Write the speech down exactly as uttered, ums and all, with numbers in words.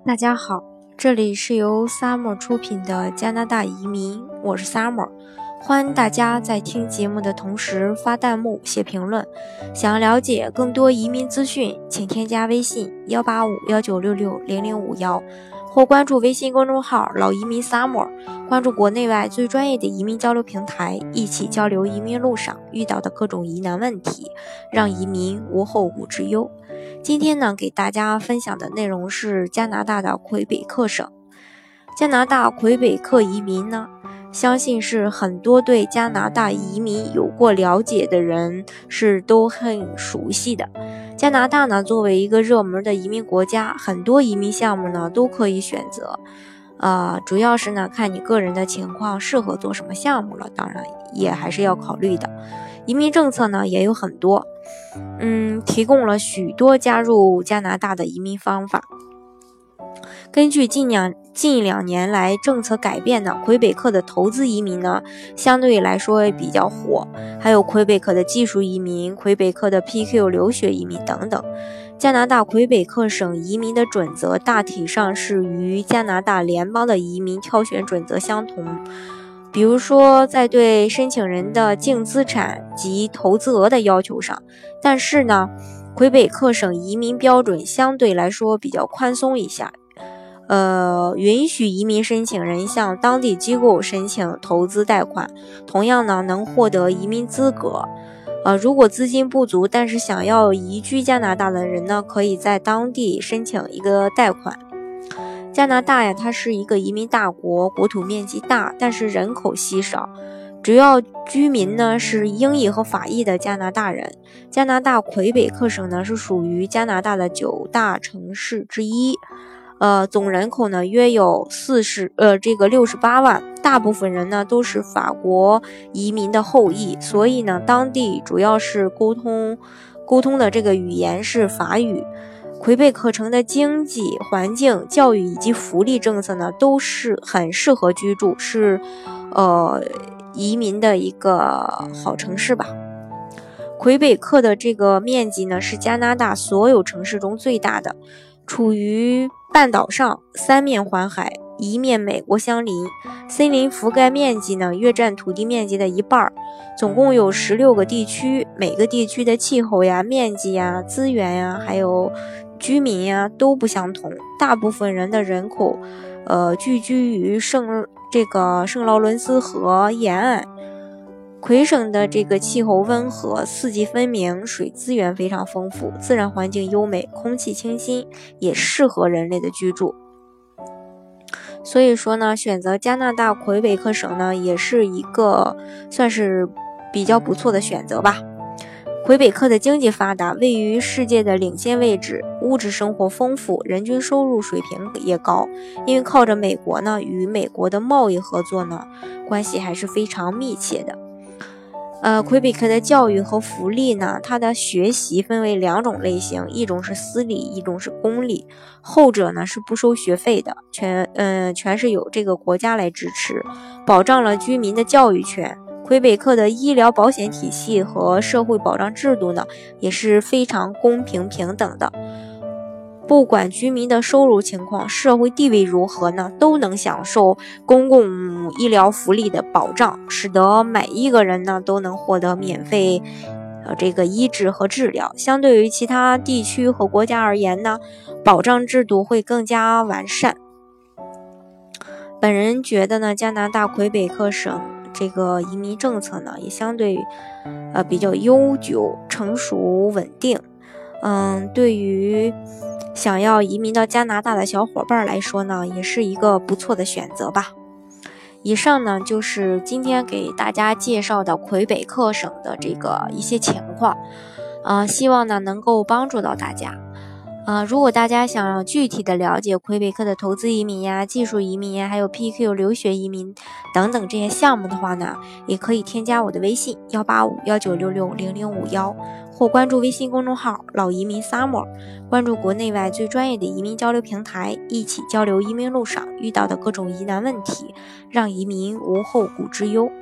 大家好，这里是由 Summer 出品的加拿大移民，我是 Summer， 欢迎大家在听节目的同时发弹幕、写评论。想要了解更多移民资讯，请添加微信幺八五幺九六六零零五幺，或关注微信公众号老移民 Summer， 关注国内外最专业的移民交流平台，一起交流移民路上遇到的各种疑难问题，让移民无后顾之忧。今天呢，给大家分享的内容是加拿大的魁北克省。加拿大魁北克移民呢，相信是很多对加拿大移民有过了解的人是都很熟悉的。加拿大呢，作为一个热门的移民国家，很多移民项目呢都可以选择。呃，主要是呢看你个人的情况适合做什么项目了，当然也还是要考虑的。移民政策呢也有很多，嗯，提供了许多加入加拿大的移民方法。根据近两近两年来政策改变呢，魁北克的投资移民呢相对来说比较火，还有魁北克的技术移民、魁北克的 P Q 留学移民等等。加拿大魁北克省移民的准则大体上是与加拿大联邦的移民挑选准则相同。比如说在对申请人的净资产及投资额的要求上，但是呢魁北克省移民标准相对来说比较宽松一下，呃，允许移民申请人向当地机构申请投资贷款，同样呢能获得移民资格。呃，如果资金不足，但是想要移居加拿大的人呢，可以在当地申请一个贷款。加拿大呀，它是一个移民大国，国土面积大，但是人口稀少，主要居民呢是英裔和法裔的加拿大人。加拿大魁北克省呢是属于加拿大的九大城市之一，呃，总人口呢约有四十呃这个六十八万，大部分人呢都是法国移民的后裔，所以呢当地主要是沟通沟通的这个语言是法语。魁北克城的经济环境、教育以及福利政策呢，都是很适合居住，是呃移民的一个好城市吧。魁北克的这个面积呢，是加拿大所有城市中最大的，处于半岛上，三面环海，一面美国相邻，森林覆盖面积呢约占土地面积的一半，总共有十六个地区，每个地区的气候呀、面积呀、资源呀，还有居民呀都不相同。大部分人的人口，呃，聚居于圣这个圣劳伦斯河沿岸。魁省的这个气候温和，四季分明，水资源非常丰富，自然环境优美，空气清新，也适合人类的居住。所以说呢，选择加拿大魁北克省呢，也是一个算是比较不错的选择吧。魁北克的经济发达，位于世界的领先位置，物质生活丰富，人均收入水平也高。因为靠着美国呢，与美国的贸易合作呢，关系还是非常密切的。呃，魁北克的教育和福利呢，它的学习分为两种类型，一种是私立，一种是公立。后者呢是不收学费的，全呃全是由这个国家来支持，保障了居民的教育权。魁北克的医疗保险体系和社会保障制度呢，也是非常公平平等的。不管居民的收入情况、社会地位如何呢，都能享受公共医疗福利的保障，使得每一个人呢都能获得免费呃这个医治和治疗。相对于其他地区和国家而言呢，保障制度会更加完善。本人觉得呢，加拿大魁北克省这个移民政策呢，也相对呃比较悠久、成熟、稳定。嗯，对于想要移民到加拿大的小伙伴来说呢，也是一个不错的选择吧。以上呢就是今天给大家介绍的魁北克省的这个一些情况，呃，希望呢能够帮助到大家。呃，如果大家想要具体的了解魁北克的投资移民呀、技术移民呀，还有 P Q 留学移民等等这些项目的话呢，也可以添加我的微信幺八五幺九六六零零五幺，或关注微信公众号老移民 Summer， 关注国内外最专业的移民交流平台，一起交流移民路上遇到的各种疑难问题，让移民无后顾之忧。